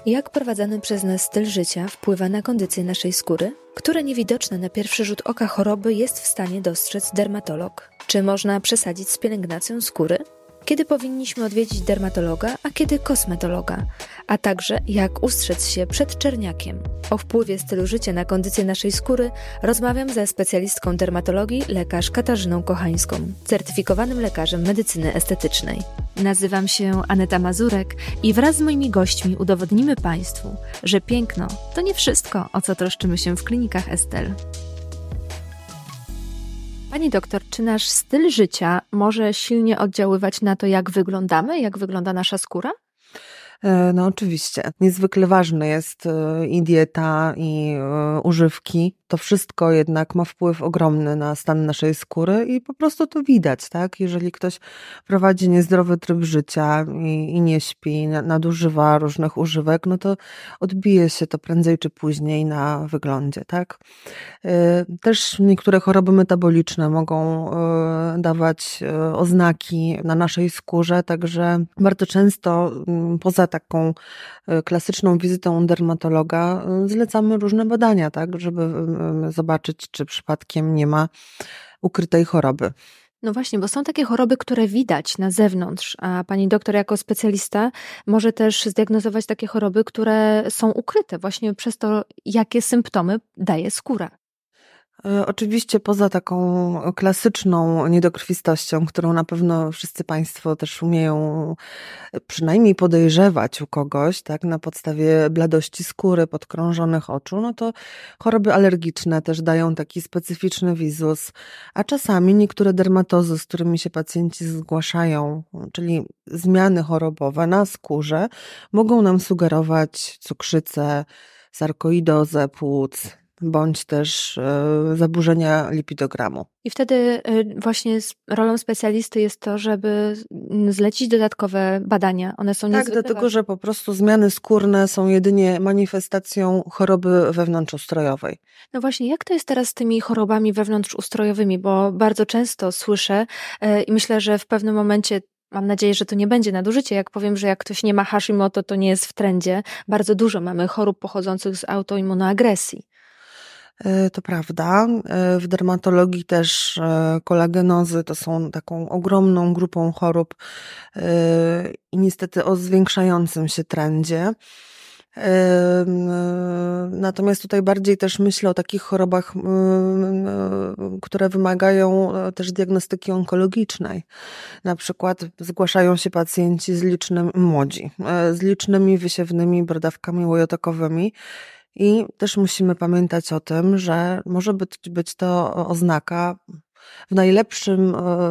Jak prowadzony przez nas styl życia wpływa na kondycję naszej skóry? Które niewidoczne na pierwszy rzut oka choroby jest w stanie dostrzec dermatolog? Czy można przesadzić z pielęgnacją skóry? Kiedy powinniśmy odwiedzić dermatologa, a kiedy kosmetologa? A także jak ustrzec się przed czerniakiem? O wpływie stylu życia na kondycję naszej skóry rozmawiam ze specjalistką dermatologii, lekarz Katarzyną Kochańską, certyfikowanym lekarzem medycyny estetycznej. Nazywam się Aneta Mazurek i wraz z moimi gośćmi udowodnimy Państwu, że piękno to nie wszystko, o co troszczymy się w klinikach Estelle. Pani doktor, czy nasz styl życia może silnie oddziaływać na to, jak wyglądamy, jak wygląda nasza skóra? No oczywiście. Niezwykle ważne jest i dieta, i używki. To wszystko jednak ma wpływ ogromny na stan naszej skóry i po prostu to widać, tak? Jeżeli ktoś prowadzi niezdrowy tryb życia i nie śpi, nadużywa różnych używek, no to odbije się to prędzej czy później na wyglądzie, tak? Też niektóre choroby metaboliczne mogą dawać oznaki na naszej skórze, także bardzo często poza taką klasyczną wizytą dermatologa zlecamy różne badania, tak, żeby zobaczyć, czy przypadkiem nie ma ukrytej choroby. No właśnie, bo są takie choroby, które widać na zewnątrz, a pani doktor jako specjalista może też zdiagnozować takie choroby, które są ukryte właśnie przez to, jakie symptomy daje skóra. Oczywiście poza taką klasyczną niedokrwistością, którą na pewno wszyscy Państwo też umieją przynajmniej podejrzewać u kogoś, tak, na podstawie bladości skóry, podkrążonych oczu, no to choroby alergiczne też dają taki specyficzny wizus, a czasami niektóre dermatozy, z którymi się pacjenci zgłaszają, czyli zmiany chorobowe na skórze, mogą nam sugerować cukrzycę, sarkoidozę płuc, bądź też zaburzenia lipidogramu. I wtedy właśnie rolą specjalisty jest to, żeby zlecić dodatkowe badania. One są niezwykle Tak, dlatego, ważne. że po prostu zmiany skórne są jedynie manifestacją choroby wewnątrzustrojowej. No właśnie, jak to jest teraz z tymi chorobami wewnątrzustrojowymi? Bo bardzo często słyszę i myślę, że w pewnym momencie mam nadzieję, że to nie będzie nadużycie, jak powiem, że jak ktoś nie ma Hashimoto, to nie jest w trendzie. Bardzo dużo mamy chorób pochodzących z autoimmunoagresji. To prawda. W dermatologii też kolagenozy to są taką ogromną grupą chorób i niestety o zwiększającym się trendzie. Natomiast tutaj bardziej też myślę o takich chorobach, które wymagają też diagnostyki onkologicznej. Na przykład zgłaszają się pacjenci młodzi, z licznymi wysiewnymi brodawkami łojotokowymi. I też musimy pamiętać o tym, że może być to oznaka w najlepszym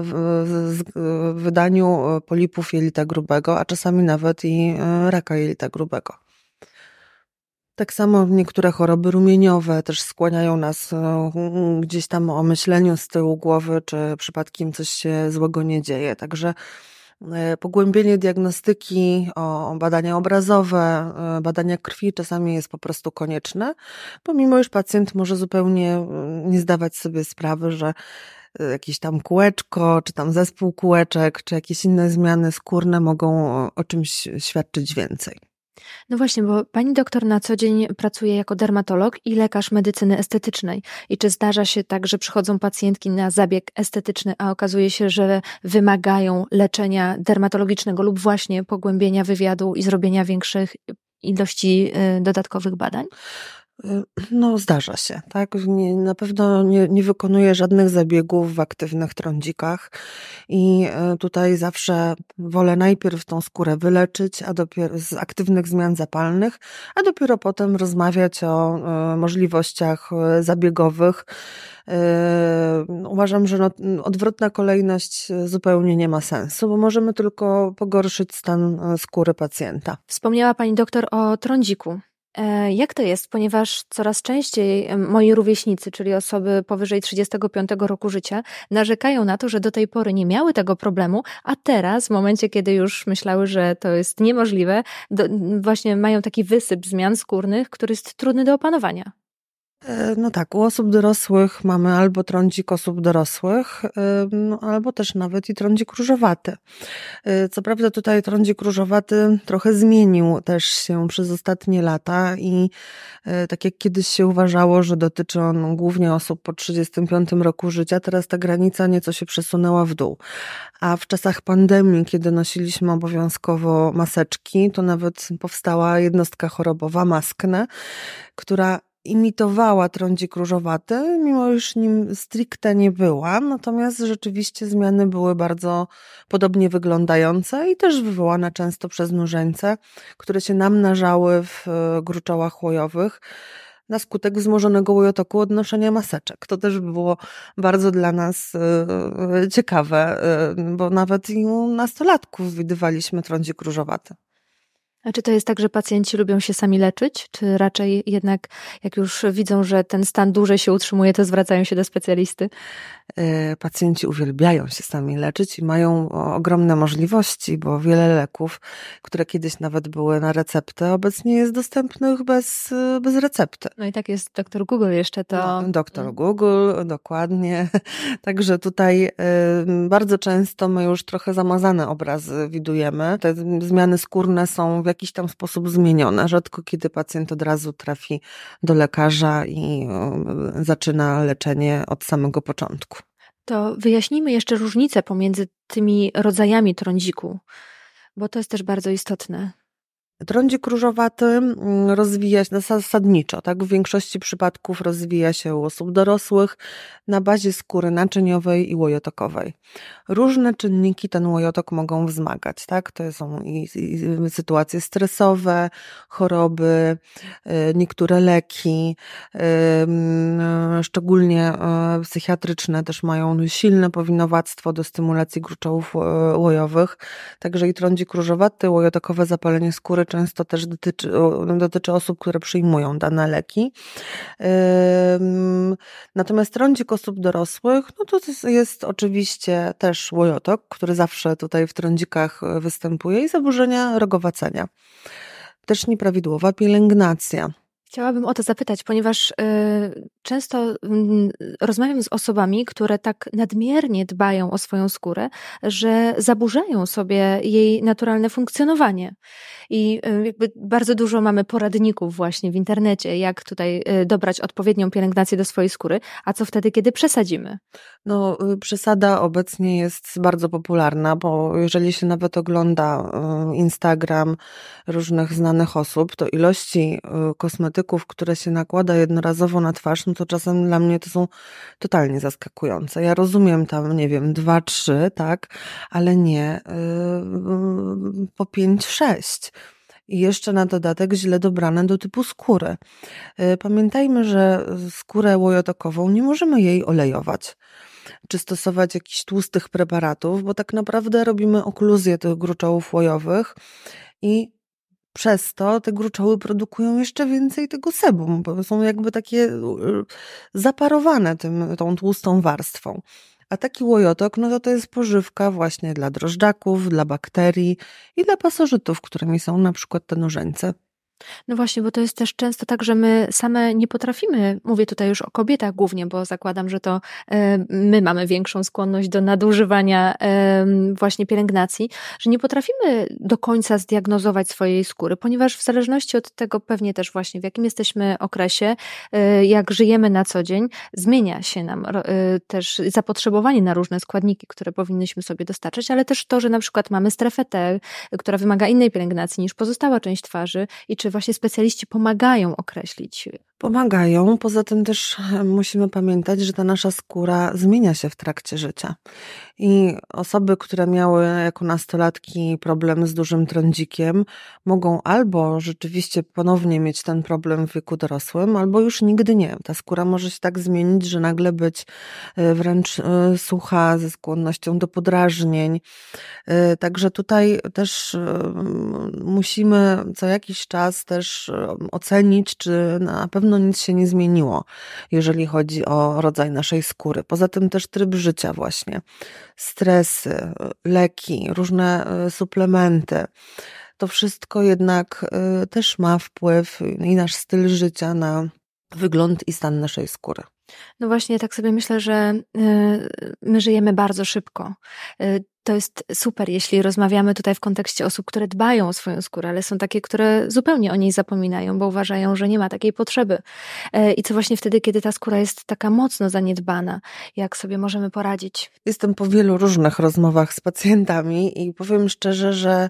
wydaniu polipów jelita grubego, a czasami nawet i raka jelita grubego. Tak samo niektóre choroby rumieniowe też skłaniają nas gdzieś tam o myśleniu z tyłu głowy, czy przypadkiem coś się złego nie dzieje. Także pogłębienie diagnostyki, badania obrazowe, badania krwi czasami jest po prostu konieczne, pomimo iż pacjent może zupełnie nie zdawać sobie sprawy, że jakieś tam kółeczko, czy tam zespół kółeczek, czy jakieś inne zmiany skórne mogą o czymś świadczyć więcej. No właśnie, bo pani doktor na co dzień pracuje jako dermatolog i lekarz medycyny estetycznej. I czy zdarza się tak, że przychodzą pacjentki na zabieg estetyczny, a okazuje się, że wymagają leczenia dermatologicznego lub właśnie pogłębienia wywiadu i zrobienia większych ilości dodatkowych badań? No, zdarza się, tak? Na pewno nie wykonuję żadnych zabiegów w aktywnych trądzikach i tutaj zawsze wolę najpierw tą skórę wyleczyć, a dopiero z aktywnych zmian zapalnych, a dopiero potem rozmawiać o możliwościach zabiegowych. Uważam, że odwrotna kolejność zupełnie nie ma sensu, bo możemy tylko pogorszyć stan skóry pacjenta. Wspomniała pani doktor o trądziku. Jak to jest? Ponieważ coraz częściej moi rówieśnicy, czyli osoby powyżej 35 roku życia, narzekają na to, że do tej pory nie miały tego problemu, a teraz, w momencie, kiedy już myślały, że to jest niemożliwe, właśnie mają taki wysyp zmian skórnych, który jest trudny do opanowania. No tak, u osób dorosłych mamy albo trądzik osób dorosłych, albo też nawet i trądzik różowaty. Co prawda tutaj trądzik różowaty trochę zmienił też się przez ostatnie lata i tak jak kiedyś się uważało, że dotyczy on głównie osób po 35 roku życia, teraz ta granica nieco się przesunęła w dół. A w czasach pandemii, kiedy nosiliśmy obowiązkowo maseczki, to nawet powstała jednostka chorobowa, maskne, która imitowała trądzik różowaty, mimo iż nim stricte nie była, natomiast rzeczywiście zmiany były bardzo podobnie wyglądające i też wywołane często przez nużeńce, które się namnażały w gruczołach łojowych na skutek wzmożonego łojotoku od noszenia maseczek. To też było bardzo dla nas ciekawe, bo nawet i u nastolatków widywaliśmy trądzik różowaty. A czy to jest tak, że pacjenci lubią się sami leczyć, czy raczej jednak jak już widzą, że ten stan dłużej się utrzymuje, to zwracają się do specjalisty? Pacjenci uwielbiają się sami leczyć i mają ogromne możliwości, bo wiele leków, które kiedyś nawet były na receptę, obecnie jest dostępnych bez recepty. No i tak jest doktor Google jeszcze to... No, doktor Google, dokładnie. Także tutaj bardzo często my już trochę zamazane obrazy widujemy. Te zmiany skórne są w jakiś tam sposób zmienione. Rzadko kiedy pacjent od razu trafi do lekarza i zaczyna leczenie od samego początku. To wyjaśnijmy jeszcze różnicę pomiędzy tymi rodzajami trądziku, bo to jest też bardzo istotne. Trądzik różowaty rozwija się zasadniczo, tak? W większości przypadków rozwija się u osób dorosłych na bazie skóry naczyniowej i łojotokowej. Różne czynniki ten łojotok mogą wzmagać, tak? To są i sytuacje stresowe, choroby, niektóre leki, szczególnie psychiatryczne też mają silne powinowactwo do stymulacji gruczołów łojowych. Także i trądzik różowaty, łojotokowe zapalenie skóry często też dotyczy osób, które przyjmują dane leki. Natomiast trądzik osób dorosłych, no to jest oczywiście też łojotok, który zawsze tutaj w trądzikach występuje i zaburzenia rogowacenia. Też nieprawidłowa pielęgnacja. Chciałabym o to zapytać, ponieważ często rozmawiam z osobami, które tak nadmiernie dbają o swoją skórę, że zaburzają sobie jej naturalne funkcjonowanie. I jakby bardzo dużo mamy poradników właśnie w internecie, jak tutaj dobrać odpowiednią pielęgnację do swojej skóry, a co wtedy, kiedy przesadzimy? No, przesada obecnie jest bardzo popularna, bo jeżeli się nawet ogląda Instagram różnych znanych osób, to ilości kosmetyków, które się nakłada jednorazowo na twarz, no to czasem dla mnie to są totalnie zaskakujące. Ja rozumiem tam, nie wiem, 2, 3, tak, ale nie po 5, 6. I jeszcze na dodatek źle dobrane do typu skóry. Pamiętajmy, że skórę łojotokową nie możemy jej olejować, czy stosować jakichś tłustych preparatów, bo tak naprawdę robimy okluzję tych gruczołów łojowych i przez to te gruczoły produkują jeszcze więcej tego sebum, bo są jakby takie zaparowane tą tłustą warstwą. A taki łojotok, no to jest pożywka właśnie dla drożdżaków, dla bakterii i dla pasożytów, którymi są na przykład te nużeńce. No właśnie, bo to jest też często tak, że my same nie potrafimy, mówię tutaj już o kobietach głównie, bo zakładam, że to my mamy większą skłonność do nadużywania właśnie pielęgnacji, że nie potrafimy do końca zdiagnozować swojej skóry, ponieważ w zależności od tego pewnie też właśnie w jakim jesteśmy okresie, jak żyjemy na co dzień, zmienia się nam też zapotrzebowanie na różne składniki, które powinnyśmy sobie dostarczyć, ale też to, że na przykład mamy strefę T, która wymaga innej pielęgnacji niż pozostała część twarzy i czy właśnie specjaliści pomagają określić? Pomagają. Poza tym też musimy pamiętać, że ta nasza skóra zmienia się w trakcie życia. I osoby, które miały jako nastolatki problem z dużym trądzikiem, mogą albo rzeczywiście ponownie mieć ten problem w wieku dorosłym, albo już nigdy nie. Ta skóra może się tak zmienić, że nagle być wręcz sucha, ze skłonnością do podrażnień. Także tutaj też musimy co jakiś czas też ocenić, czy na pewno nic się nie zmieniło, jeżeli chodzi o rodzaj naszej skóry. Poza tym też tryb życia właśnie. Stresy, leki, różne suplementy. To wszystko jednak też ma wpływ i nasz styl życia na wygląd i stan naszej skóry. No właśnie, tak sobie myślę, że my żyjemy bardzo szybko. To jest super, jeśli rozmawiamy tutaj w kontekście osób, które dbają o swoją skórę, ale są takie, które zupełnie o niej zapominają, bo uważają, że nie ma takiej potrzeby. I co właśnie wtedy, kiedy ta skóra jest taka mocno zaniedbana, jak sobie możemy poradzić? Jestem po wielu różnych rozmowach z pacjentami i powiem szczerze, że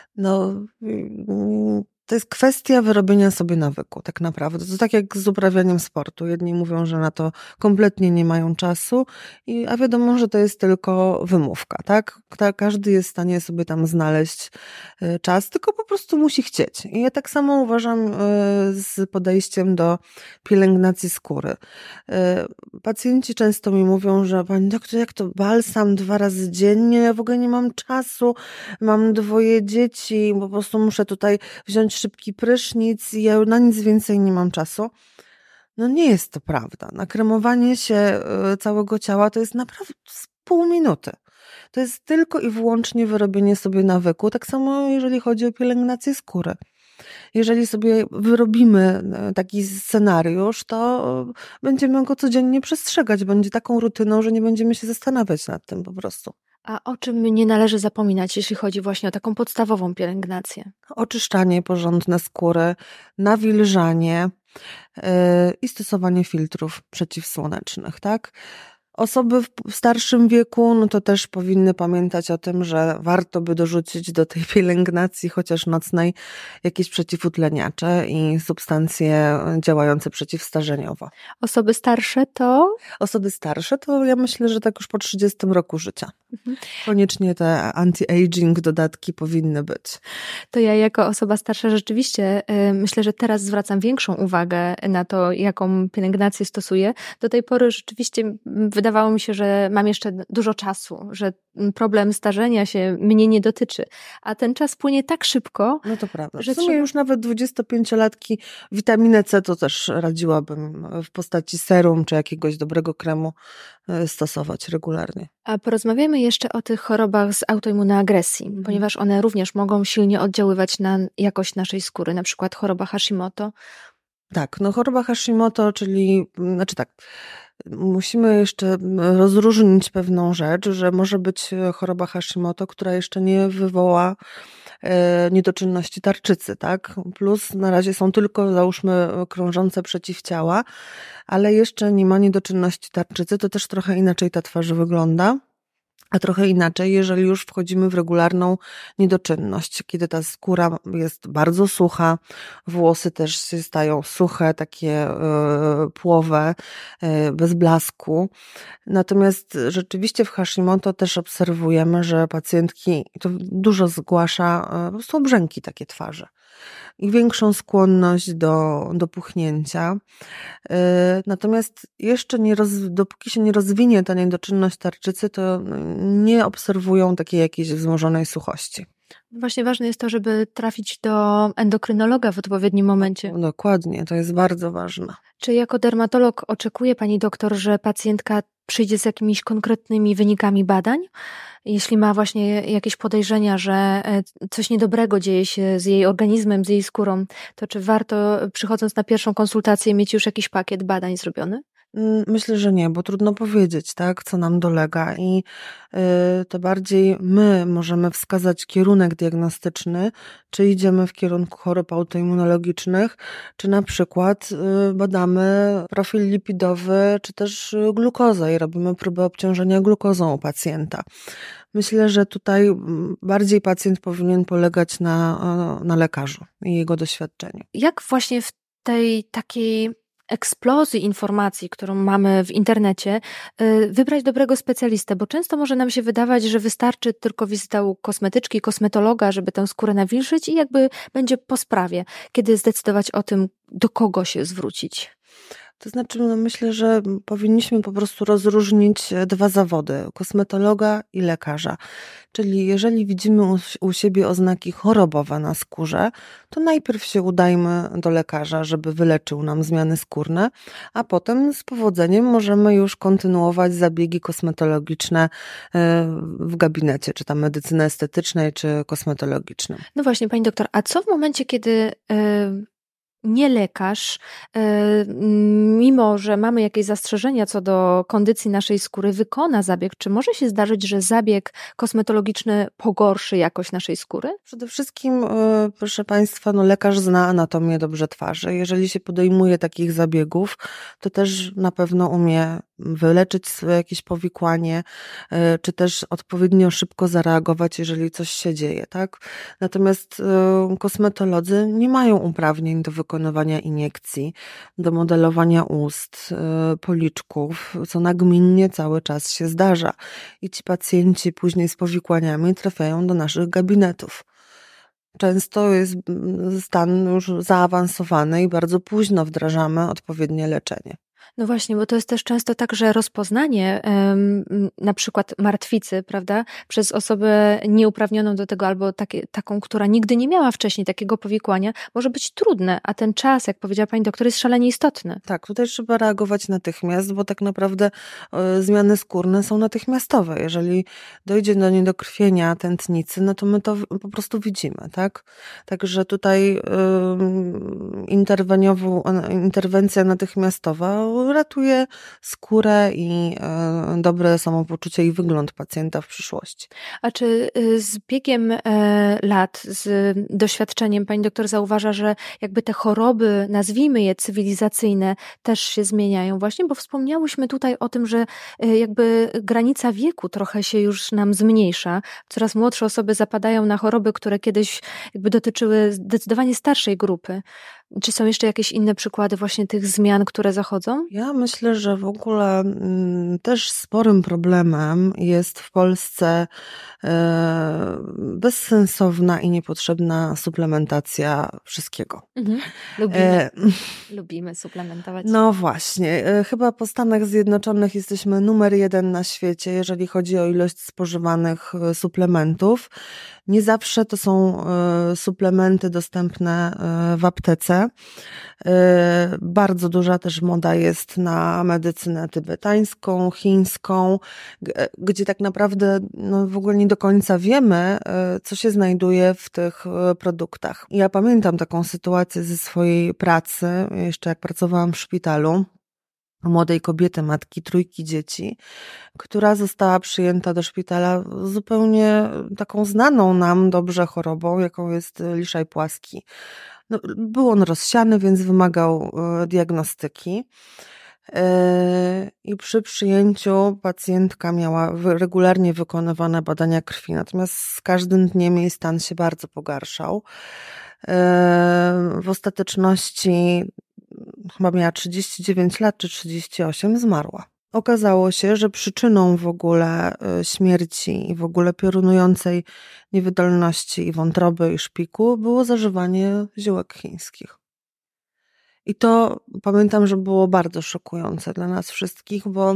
to jest kwestia wyrobienia sobie nawyku, tak naprawdę. To tak jak z uprawianiem sportu. Jedni mówią, że na to kompletnie nie mają czasu, a wiadomo, że to jest tylko wymówka, tak? Każdy jest w stanie sobie tam znaleźć czas, tylko po prostu musi chcieć. I ja tak samo uważam z podejściem do pielęgnacji skóry. Pacjenci często mi mówią, że pani doktor, jak to balsam 2 razy dziennie? Ja w ogóle nie mam czasu, mam 2 dzieci, po prostu muszę tutaj wziąć szybki prysznic i ja na nic więcej nie mam czasu. No nie jest to prawda. Nakremowanie się całego ciała to jest naprawdę pół minuty. To jest tylko i wyłącznie wyrobienie sobie nawyku. Tak samo jeżeli chodzi o pielęgnację skóry. Jeżeli sobie wyrobimy taki scenariusz, to będziemy go codziennie przestrzegać. Będzie taką rutyną, że nie będziemy się zastanawiać nad tym po prostu. A o czym nie należy zapominać, jeśli chodzi właśnie o taką podstawową pielęgnację? Oczyszczanie porządne skóry, nawilżanie i stosowanie filtrów przeciwsłonecznych, tak? Osoby w starszym wieku, no to też powinny pamiętać o tym, że warto by dorzucić do tej pielęgnacji chociaż nocnej jakieś przeciwutleniacze i substancje działające przeciwstarzeniowo. Osoby starsze to? Osoby starsze to ja myślę, że tak już po 30 roku życia. Koniecznie te anti-aging dodatki powinny być. To ja jako osoba starsza rzeczywiście myślę, że teraz zwracam większą uwagę na to, jaką pielęgnację stosuję. Do tej pory rzeczywiście wydawało mi się, że mam jeszcze dużo czasu, że problem starzenia się mnie nie dotyczy. A ten czas płynie tak szybko. No to prawda. Że w sumie już nawet 25-latki witaminę C to też radziłabym w postaci serum czy jakiegoś dobrego kremu stosować regularnie. A porozmawiamy jeszcze o tych chorobach z autoimmunoagresji, ponieważ one również mogą silnie oddziaływać na jakość naszej skóry, na przykład choroba Hashimoto. Tak, choroba Hashimoto, musimy jeszcze rozróżnić pewną rzecz, że może być choroba Hashimoto, która jeszcze nie wywoła niedoczynności tarczycy, tak? Plus na razie są tylko, załóżmy, krążące przeciwciała, ale jeszcze nie ma niedoczynności tarczycy, to też trochę inaczej ta twarz wygląda. A trochę inaczej, jeżeli już wchodzimy w regularną niedoczynność, kiedy ta skóra jest bardzo sucha, włosy też się stają suche, takie płowe, bez blasku. Natomiast rzeczywiście w Hashimoto też obserwujemy, że pacjentki, to dużo zgłasza po prostu obrzęki takie twarzy i większą skłonność do puchnięcia. Natomiast jeszcze dopóki się nie rozwinie ta niedoczynność tarczycy, to nie obserwują takiej jakiejś wzmożonej suchości. Właśnie ważne jest to, żeby trafić do endokrynologa w odpowiednim momencie. Dokładnie, to jest bardzo ważne. Czy jako dermatolog oczekuje pani doktor, że pacjentka przyjdzie z jakimiś konkretnymi wynikami badań? Jeśli ma właśnie jakieś podejrzenia, że coś niedobrego dzieje się z jej organizmem, z jej skórą, to czy warto, przychodząc na pierwszą konsultację, mieć już jakiś pakiet badań zrobiony? Myślę, że nie, bo trudno powiedzieć, tak, co nam dolega i to bardziej my możemy wskazać kierunek diagnostyczny, czy idziemy w kierunku chorób autoimmunologicznych, czy na przykład badamy profil lipidowy, czy też glukozę i robimy próbę obciążenia glukozą u pacjenta. Myślę, że tutaj bardziej pacjent powinien polegać na lekarzu i jego doświadczeniu. Jak właśnie w tej takiej eksplozji informacji, którą mamy w internecie, wybrać dobrego specjalistę, bo często może nam się wydawać, że wystarczy tylko wizyta u kosmetyczki, kosmetologa, żeby tę skórę nawilżyć i jakby będzie po sprawie, kiedy zdecydować o tym, do kogo się zwrócić. To znaczy, myślę, że powinniśmy po prostu rozróżnić 2 zawody, kosmetologa i lekarza. Czyli jeżeli widzimy u siebie oznaki chorobowe na skórze, to najpierw się udajmy do lekarza, żeby wyleczył nam zmiany skórne, a potem z powodzeniem możemy już kontynuować zabiegi kosmetologiczne w gabinecie, czy tam medycyny estetycznej, czy kosmetologicznej. No właśnie, pani doktor, a co w momencie, kiedy nie lekarz, mimo że mamy jakieś zastrzeżenia co do kondycji naszej skóry, wykona zabieg, czy może się zdarzyć, że zabieg kosmetologiczny pogorszy jakość naszej skóry? Przede wszystkim, proszę Państwa, no lekarz zna anatomię dobrze twarzy. Jeżeli się podejmuje takich zabiegów, to też na pewno umie wyleczyć jakieś powikłanie, czy też odpowiednio szybko zareagować, jeżeli coś się dzieje, tak? Natomiast kosmetolodzy nie mają uprawnień do wykonywania iniekcji, do modelowania ust, policzków, co nagminnie cały czas się zdarza. I ci pacjenci później z powikłaniami trafiają do naszych gabinetów. Często jest stan już zaawansowany i bardzo późno wdrażamy odpowiednie leczenie. No właśnie, bo to jest też często tak, że rozpoznanie na przykład martwicy, prawda, przez osobę nieuprawnioną do tego albo taką, która nigdy nie miała wcześniej takiego powikłania, może być trudne, a ten czas, jak powiedziała pani doktor, jest szalenie istotny. Tak, tutaj trzeba reagować natychmiast, bo tak naprawdę zmiany skórne są natychmiastowe. Jeżeli dojdzie do niedokrwienia tętnicy, no to my to po prostu widzimy, tak? Także tutaj interwencja natychmiastowa ratuje skórę i dobre samopoczucie i wygląd pacjenta w przyszłości. A czy z biegiem lat, z doświadczeniem pani doktor zauważa, że jakby te choroby, nazwijmy je cywilizacyjne, też się zmieniają właśnie? Bo wspomniałyśmy tutaj o tym, że jakby granica wieku trochę się już nam zmniejsza. Coraz młodsze osoby zapadają na choroby, które kiedyś jakby dotyczyły zdecydowanie starszej grupy. Czy są jeszcze jakieś inne przykłady właśnie tych zmian, które zachodzą? Ja myślę, że w ogóle też sporym problemem jest w Polsce bezsensowna i niepotrzebna suplementacja wszystkiego. Lubimy suplementować. No właśnie, chyba po Stanach Zjednoczonych jesteśmy numer 1 na świecie, jeżeli chodzi o ilość spożywanych suplementów. Nie zawsze to są suplementy dostępne w aptece. Bardzo duża też moda jest na medycynę tybetańską, chińską, gdzie tak naprawdę no, w ogóle nie do końca wiemy, co się znajduje w tych produktach. Ja pamiętam taką sytuację ze swojej pracy, jeszcze jak pracowałam w szpitalu, młodej kobiety, matki 3 dzieci, która została przyjęta do szpitala zupełnie taką znaną nam dobrze chorobą, jaką jest liszaj płaski. No, był on rozsiany, więc wymagał diagnostyki. I przy przyjęciu pacjentka miała regularnie wykonywane badania krwi, natomiast z każdym dniem jej stan się bardzo pogarszał. W ostateczności chyba miała 39 lat czy 38, zmarła. Okazało się, że przyczyną w ogóle śmierci i w ogóle piorunującej niewydolności i wątroby i szpiku było zażywanie ziółek chińskich. I to pamiętam, że było bardzo szokujące dla nas wszystkich, bo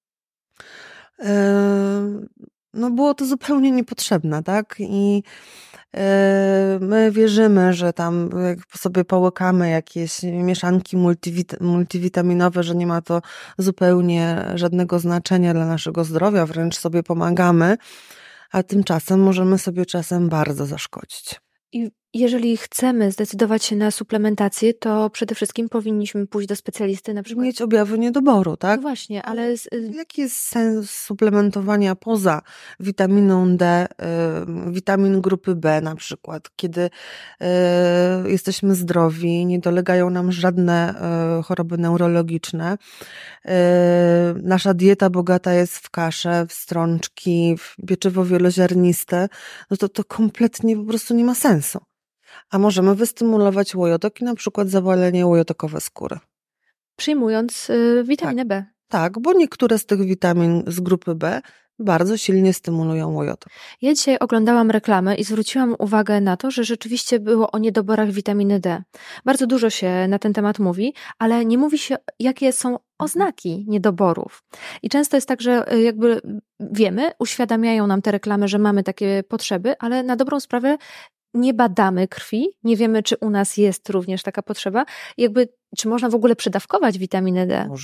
no było to zupełnie niepotrzebne, tak? I my wierzymy, że tam jak sobie połykamy jakieś mieszanki multivitaminowe, że nie ma to zupełnie żadnego znaczenia dla naszego zdrowia, wręcz sobie pomagamy, a tymczasem możemy sobie czasem bardzo zaszkodzić. I jeżeli chcemy zdecydować się na suplementację, to przede wszystkim powinniśmy pójść do specjalisty, na przykład. Mieć objawy niedoboru, tak? No właśnie, ale jaki jest sens suplementowania poza witaminą D, witamin grupy B na przykład, kiedy jesteśmy zdrowi, nie dolegają nam żadne choroby neurologiczne. Nasza dieta bogata jest w kaszę, w strączki, w pieczywo wieloziarniste, no to kompletnie po prostu nie ma sensu. A możemy wystymulować łojotok i na przykład zawalenie łojotokowe skóry. Przyjmując witaminę B. Tak, bo niektóre z tych witamin z grupy B bardzo silnie stymulują łojotok. Ja dzisiaj oglądałam reklamę i zwróciłam uwagę na to, że rzeczywiście było o niedoborach witaminy D. Bardzo dużo się na ten temat mówi, ale nie mówi się, jakie są oznaki niedoborów. I często jest tak, że jakby wiemy, uświadamiają nam te reklamy, że mamy takie potrzeby, ale na dobrą sprawę nie badamy krwi, nie wiemy, czy u nas jest również taka potrzeba. Jakby, czy można w ogóle przydawkować witaminę D? Można.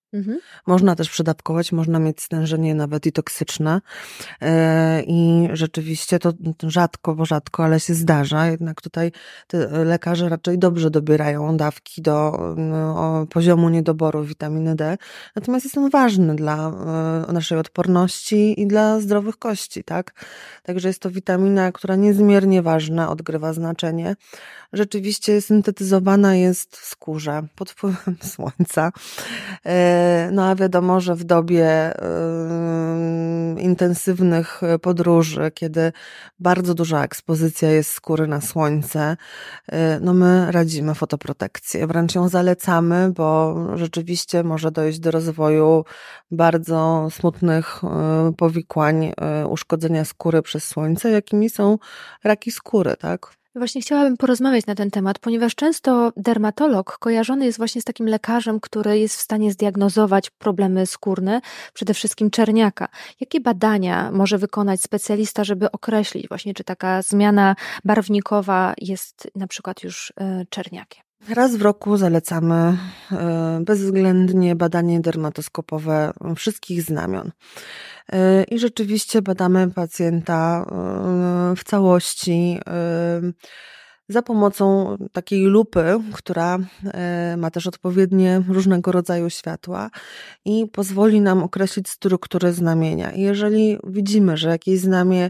Można też przedawkować, można mieć stężenie nawet i toksyczne i rzeczywiście to rzadko, ale się zdarza, jednak tutaj te lekarze raczej dobrze dobierają dawki do poziomu niedoboru witaminy D, natomiast jest on ważny dla naszej odporności i dla zdrowych kości, tak? Także jest to witamina, która niezmiernie ważna, odgrywa znaczenie. Rzeczywiście syntetyzowana jest w skórze pod wpływem słońca. No a wiadomo, że w dobie intensywnych podróży, kiedy bardzo duża ekspozycja jest skóry na słońce, no my radzimy fotoprotekcję. Wręcz ją zalecamy, bo rzeczywiście może dojść do rozwoju bardzo smutnych powikłań, uszkodzenia skóry przez słońce, jakimi są raki skóry, tak? Właśnie chciałabym porozmawiać na ten temat, ponieważ często dermatolog kojarzony jest właśnie z takim lekarzem, który jest w stanie zdiagnozować problemy skórne, przede wszystkim czerniaka. Jakie badania może wykonać specjalista, żeby określić właśnie, czy taka zmiana barwnikowa jest na przykład już czerniakiem? Raz w roku zalecamy bezwzględnie badanie dermatoskopowe wszystkich znamion. I rzeczywiście badamy pacjenta w całości za pomocą takiej lupy, która ma też odpowiednie różnego rodzaju światła i pozwoli nam określić strukturę znamienia. I jeżeli widzimy, że jakieś znamie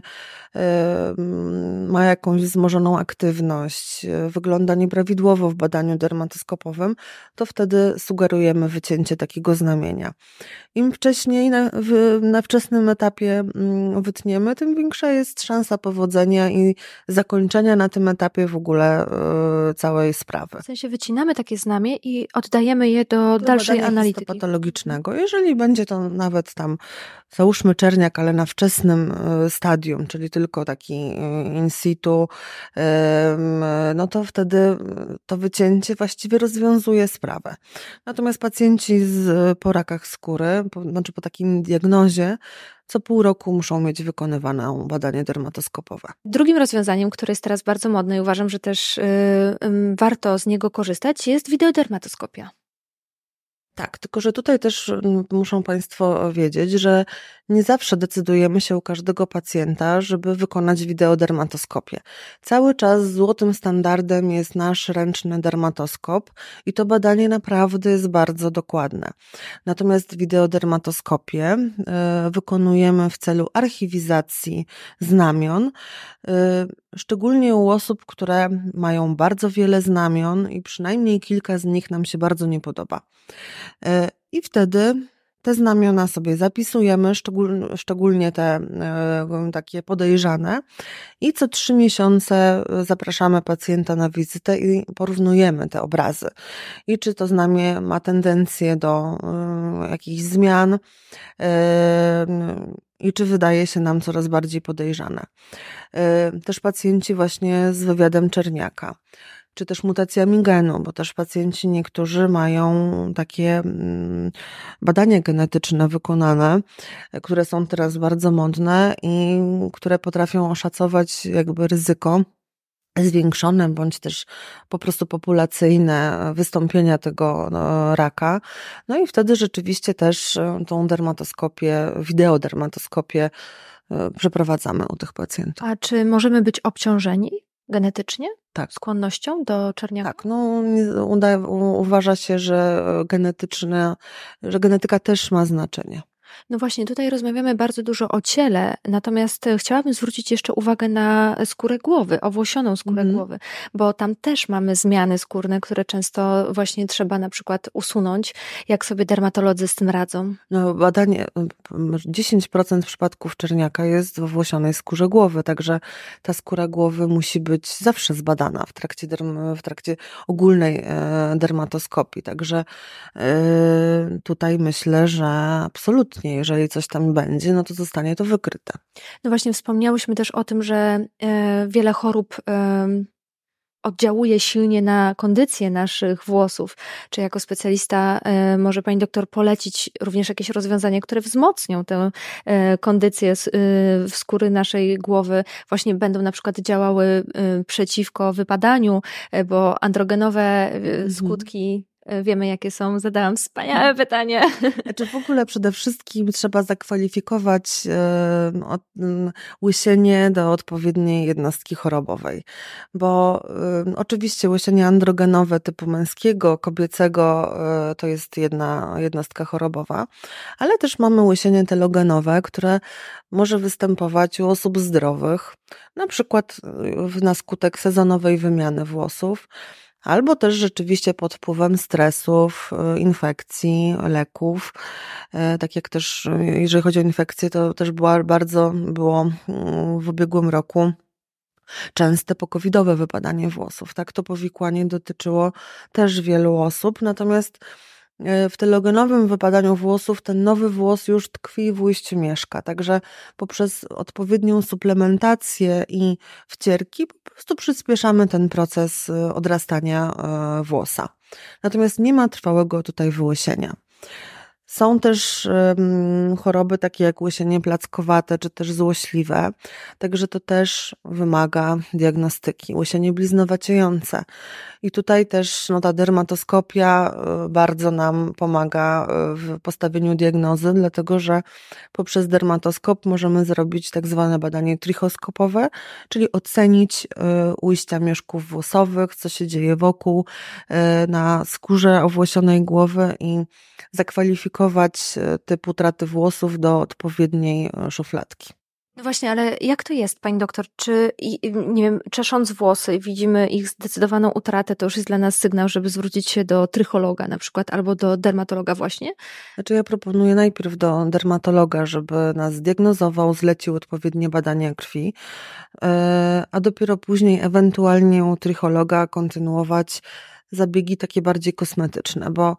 ma jakąś wzmożoną aktywność, wygląda nieprawidłowo w badaniu dermatoskopowym, to wtedy sugerujemy wycięcie takiego znamienia. Im wcześniej na wczesnym etapie wytniemy, tym większa jest szansa powodzenia i zakończenia na tym etapie w ogóle całej sprawy. W sensie wycinamy takie znamie i oddajemy je do dalszej analityki histopatologicznego. Jeżeli będzie to nawet tam, załóżmy czerniak, ale na wczesnym stadium, czyli tylko taki in situ, no to wtedy to wycięcie właściwie rozwiązuje sprawę. Natomiast pacjenci po rakach skóry, znaczy po takim diagnozie, co pół roku muszą mieć wykonywane badanie dermatoskopowe. Drugim rozwiązaniem, które jest teraz bardzo modne i uważam, że też warto z niego korzystać, jest wideodermatoskopia. Tak, tylko że tutaj też muszą Państwo wiedzieć, że nie zawsze decydujemy się u każdego pacjenta, żeby wykonać wideodermatoskopię. Cały czas złotym standardem jest nasz ręczny dermatoskop i to badanie naprawdę jest bardzo dokładne. Natomiast wideodermatoskopię wykonujemy w celu archiwizacji znamion, szczególnie u osób, które mają bardzo wiele znamion i przynajmniej kilka z nich nam się bardzo nie podoba. I wtedy te znamiona sobie zapisujemy, szczególnie te takie podejrzane, i co 3 miesiące zapraszamy pacjenta na wizytę i porównujemy te obrazy. I czy to znamie ma tendencję do jakichś zmian i czy wydaje się nam coraz bardziej podejrzane. Też pacjenci właśnie z wywiadem czerniaka, czy też mutacjami genu, bo też pacjenci niektórzy mają takie badania genetyczne wykonane, które są teraz bardzo modne i które potrafią oszacować jakby ryzyko zwiększone bądź też po prostu populacyjne wystąpienia tego raka. No i wtedy rzeczywiście też tą dermatoskopię, wideodermatoskopię przeprowadzamy u tych pacjentów. A czy możemy być obciążeni genetycznie? Tak. Skłonnością do czerniaka? Tak, no uważa się, że genetyka też ma znaczenie. No właśnie, tutaj rozmawiamy bardzo dużo o ciele, natomiast chciałabym zwrócić jeszcze uwagę na skórę głowy, owłosioną skórę głowy, bo tam też mamy zmiany skórne, które często właśnie trzeba na przykład usunąć. Jak sobie dermatolodzy z tym radzą? No badanie, 10% przypadków czerniaka jest w owłosionej skórze głowy, także ta skóra głowy musi być zawsze zbadana w trakcie ogólnej dermatoskopii, także tutaj myślę, że absolutnie, jeżeli coś tam będzie, no to zostanie to wykryte. No właśnie wspomniałyśmy też o tym, że wiele chorób oddziałuje silnie na kondycję naszych włosów. Czy jako specjalista może pani doktor polecić również jakieś rozwiązania, które wzmocnią tę kondycję skóry naszej głowy, właśnie będą na przykład działały przeciwko wypadaniu, bo androgenowe skutki wiemy jakie są. Zadałam wspaniałe pytanie. Znaczy w ogóle przede wszystkim trzeba zakwalifikować łysienie do odpowiedniej jednostki chorobowej, bo oczywiście łysienie androgenowe typu męskiego, kobiecego to jest jedna jednostka chorobowa, ale też mamy łysienie telogenowe, które może występować u osób zdrowych, na przykład na skutek sezonowej wymiany włosów, albo też rzeczywiście pod wpływem stresów, infekcji, leków. Tak jak też, jeżeli chodzi o infekcje, to też było w ubiegłym roku częste pokowidowe wypadanie włosów. Tak, to powikłanie dotyczyło też wielu osób, natomiast w telogenowym wypadaniu włosów ten nowy włos już tkwi i w ujściu mieszka, także poprzez odpowiednią suplementację i wcierki po prostu przyspieszamy ten proces odrastania włosa. Natomiast nie ma trwałego tutaj wyłysienia. Są też choroby takie jak łysienie plackowate, czy też złośliwe, także to też wymaga diagnostyki. Łysienie bliznowaciejące. I tutaj też ta dermatoskopia bardzo nam pomaga w postawieniu diagnozy, dlatego że poprzez dermatoskop możemy zrobić tak zwane badanie trichoskopowe, czyli ocenić ujścia mieszków włosowych, co się dzieje wokół, na skórze owłosionej głowy i zakwalifikować typ utraty włosów do odpowiedniej szufladki. No właśnie, ale jak to jest, pani doktor? Czy, nie wiem, czesząc włosy widzimy ich zdecydowaną utratę, to już jest dla nas sygnał, żeby zwrócić się do trychologa na przykład, albo do dermatologa właśnie? Znaczy ja proponuję najpierw do dermatologa, żeby nas zdiagnozował, zlecił odpowiednie badania krwi, a dopiero później ewentualnie u trychologa kontynuować zabiegi takie bardziej kosmetyczne, bo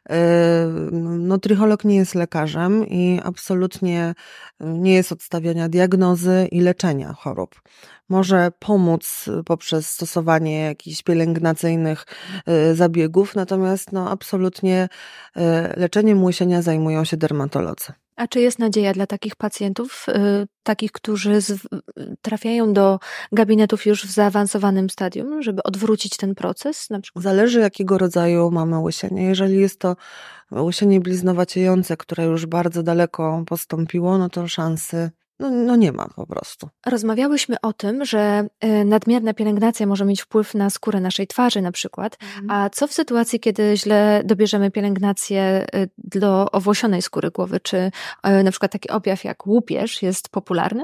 trycholog nie jest lekarzem i absolutnie nie jest od stawiania diagnozy i leczenia chorób. Może pomóc poprzez stosowanie jakichś pielęgnacyjnych zabiegów, natomiast absolutnie leczeniem łysienia zajmują się dermatolodzy. A czy jest nadzieja dla takich pacjentów, takich, którzy trafiają do gabinetów już w zaawansowanym stadium, żeby odwrócić ten proces na przykład? Zależy jakiego rodzaju mamy łysienie. Jeżeli jest to łysienie bliznowaciejące, które już bardzo daleko postąpiło, to szansy nie ma po prostu. Rozmawiałyśmy o tym, że nadmierna pielęgnacja może mieć wpływ na skórę naszej twarzy na przykład, a co w sytuacji, kiedy źle dobierzemy pielęgnację do owłosionej skóry głowy? Czy na przykład taki objaw jak łupież jest popularny?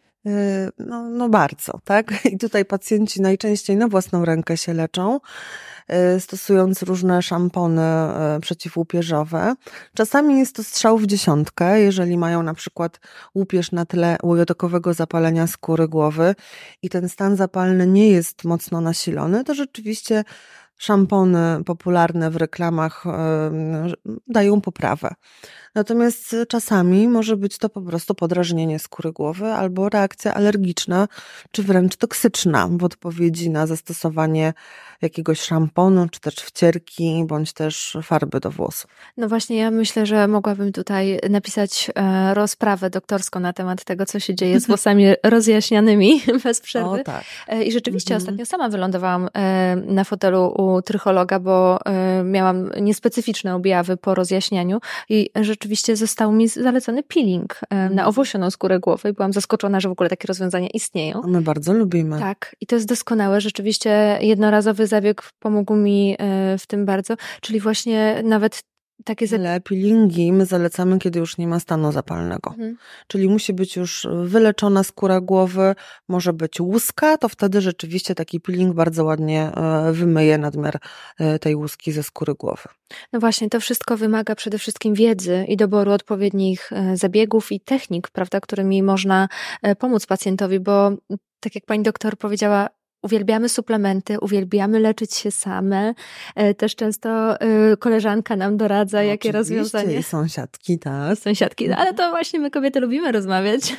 Bardzo, tak? I tutaj pacjenci najczęściej na własną rękę się leczą, stosując różne szampony przeciwłupieżowe. Czasami jest to strzał w dziesiątkę, jeżeli mają na przykład łupież na tle łyjotokowego zapalenia skóry głowy i ten stan zapalny nie jest mocno nasilony, to rzeczywiście szampony popularne w reklamach dają poprawę. Natomiast czasami może być to po prostu podrażnienie skóry głowy albo reakcja alergiczna, czy wręcz toksyczna w odpowiedzi na zastosowanie jakiegoś szamponu, czy też wcierki, bądź też farby do włosów. No właśnie, ja myślę, że mogłabym tutaj napisać rozprawę doktorską na temat tego, co się dzieje z włosami rozjaśnianymi bez przerwy. O, tak. I rzeczywiście ostatnio sama wylądowałam na fotelu u trychologa, bo miałam niespecyficzne objawy po rozjaśnianiu i rzeczywiście został mi zalecony peeling na owłosioną skórę głowy i byłam zaskoczona, że w ogóle takie rozwiązania istnieją. My bardzo lubimy. Tak, i to jest doskonałe. Rzeczywiście jednorazowy zabieg pomógł mi w tym bardzo, czyli właśnie nawet takie Ale peelingi my zalecamy, kiedy już nie ma stanu zapalnego. Czyli musi być już wyleczona skóra głowy, może być łuska, to wtedy rzeczywiście taki peeling bardzo ładnie wymyje nadmiar tej łuski ze skóry głowy. No właśnie, to wszystko wymaga przede wszystkim wiedzy i doboru odpowiednich zabiegów i technik, prawda, którymi można pomóc pacjentowi, bo tak jak pani doktor powiedziała, uwielbiamy suplementy, uwielbiamy leczyć się same. Też często koleżanka nam doradza, jakie rozwiązanie. I sąsiadki, tak. Sąsiadki, ale to właśnie my kobiety lubimy rozmawiać.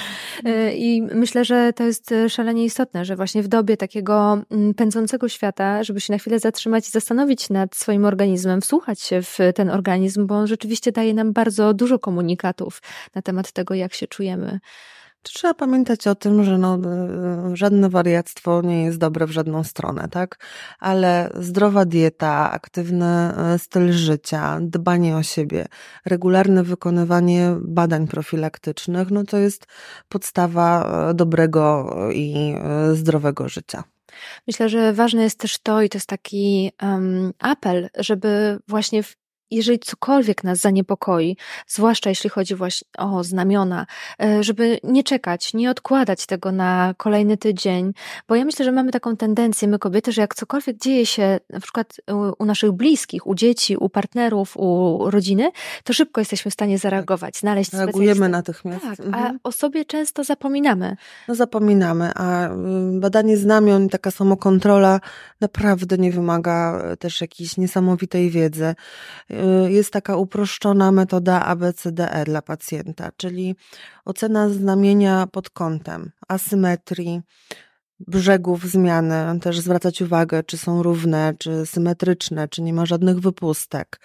I myślę, że to jest szalenie istotne, że właśnie w dobie takiego pędzącego świata, żeby się na chwilę zatrzymać i zastanowić nad swoim organizmem, wsłuchać się w ten organizm, bo on rzeczywiście daje nam bardzo dużo komunikatów na temat tego, jak się czujemy. Trzeba pamiętać o tym, że żadne wariactwo nie jest dobre w żadną stronę, tak? Ale zdrowa dieta, aktywny styl życia, dbanie o siebie, regularne wykonywanie badań profilaktycznych, to jest podstawa dobrego i zdrowego życia. Myślę, że ważne jest też to, i to jest taki apel, żeby właśnie jeżeli cokolwiek nas zaniepokoi, zwłaszcza jeśli chodzi właśnie o znamiona, żeby nie czekać, nie odkładać tego na kolejny tydzień, bo ja myślę, że mamy taką tendencję, my kobiety, że jak cokolwiek dzieje się na przykład u naszych bliskich, u dzieci, u partnerów, u rodziny, to szybko jesteśmy w stanie zareagować, znaleźć Reagujemy specjalistę. natychmiast. Tak, a o sobie często zapominamy. Zapominamy, a badanie znamion i taka samokontrola naprawdę nie wymaga też jakiejś niesamowitej wiedzy. Jest taka uproszczona metoda ABCDE dla pacjenta, czyli ocena znamienia pod kątem asymetrii, brzegów zmiany, też zwracać uwagę, czy są równe, czy symetryczne, czy nie ma żadnych wypustek.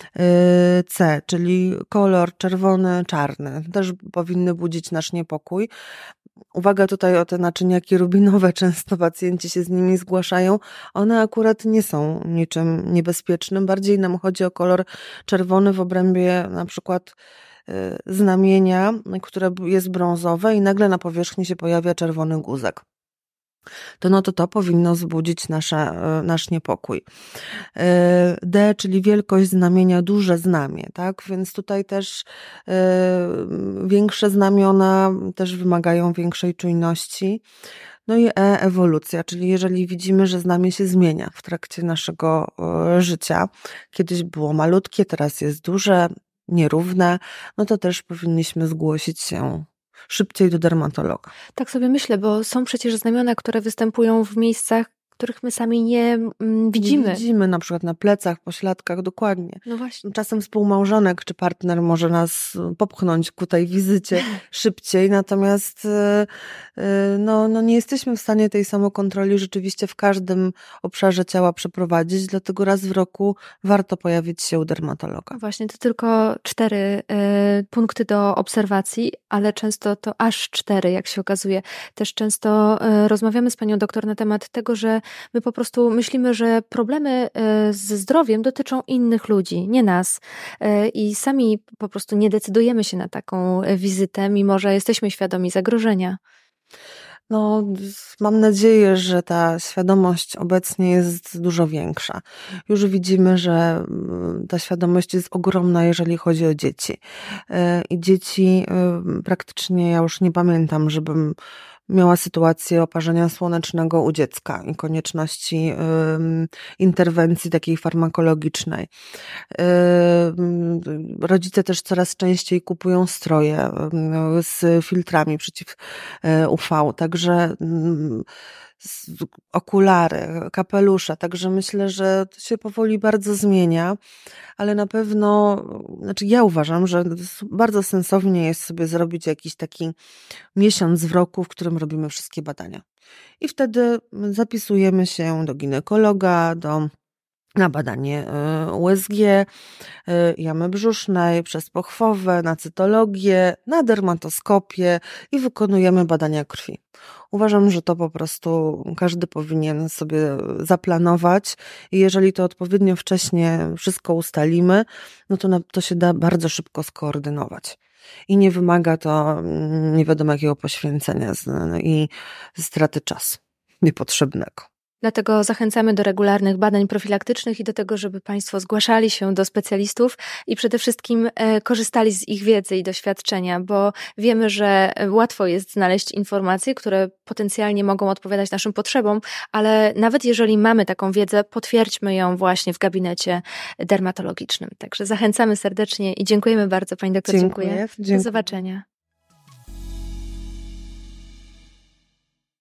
C, czyli kolor czerwony, czarny, też powinny budzić nasz niepokój. Uwaga tutaj o te naczyniaki rubinowe, często pacjenci się z nimi zgłaszają. One akurat nie są niczym niebezpiecznym, bardziej nam chodzi o kolor czerwony w obrębie na przykład znamienia, które jest brązowe i nagle na powierzchni się pojawia czerwony guzek. To powinno wzbudzić nasz niepokój. D, czyli wielkość znamienia, duże znamie, tak? Więc tutaj też większe znamiona też wymagają większej czujności. I E, ewolucja, czyli jeżeli widzimy, że znamie się zmienia w trakcie naszego życia, kiedyś było malutkie, teraz jest duże, nierówne, to też powinniśmy zgłosić się szybciej do dermatologa. Tak sobie myślę, bo są przecież znamiona, które występują w miejscach, których my sami nie widzimy. Nie widzimy, na przykład na plecach, pośladkach, dokładnie. No właśnie. Czasem współmałżonek czy partner może nas popchnąć ku tej wizycie szybciej, natomiast nie jesteśmy w stanie tej samokontroli rzeczywiście w każdym obszarze ciała przeprowadzić, dlatego raz w roku warto pojawić się u dermatologa. Właśnie, to tylko 4 punkty do obserwacji, ale często to aż 4, jak się okazuje. Też często rozmawiamy z panią doktor na temat tego, że my po prostu myślimy, że problemy ze zdrowiem dotyczą innych ludzi, nie nas. I sami po prostu nie decydujemy się na taką wizytę, mimo że jesteśmy świadomi zagrożenia. Mam nadzieję, że ta świadomość obecnie jest dużo większa. Już widzimy, że ta świadomość jest ogromna, jeżeli chodzi o dzieci. I dzieci praktycznie, ja już nie pamiętam, żebym miała sytuację oparzenia słonecznego u dziecka i konieczności interwencji takiej farmakologicznej. Rodzice też coraz częściej kupują stroje z filtrami przeciw UV, także okulary, kapelusze, także myślę, że to się powoli bardzo zmienia, ale na pewno, ja uważam, że bardzo sensownie jest sobie zrobić jakiś taki miesiąc w roku, w którym robimy wszystkie badania. I wtedy zapisujemy się do ginekologa, na badanie USG, jamy brzusznej, przezpochwowe, na cytologię, na dermatoskopię i wykonujemy badania krwi. Uważam, że to po prostu każdy powinien sobie zaplanować i jeżeli to odpowiednio wcześnie wszystko ustalimy, to się da bardzo szybko skoordynować. I nie wymaga to nie wiadomo jakiego poświęcenia i straty czasu niepotrzebnego. Dlatego zachęcamy do regularnych badań profilaktycznych i do tego, żeby Państwo zgłaszali się do specjalistów i przede wszystkim korzystali z ich wiedzy i doświadczenia, bo wiemy, że łatwo jest znaleźć informacje, które potencjalnie mogą odpowiadać naszym potrzebom, ale nawet jeżeli mamy taką wiedzę, potwierdźmy ją właśnie w gabinecie dermatologicznym. Także zachęcamy serdecznie i dziękujemy bardzo Pani doktor. Dziękuję. Do zobaczenia.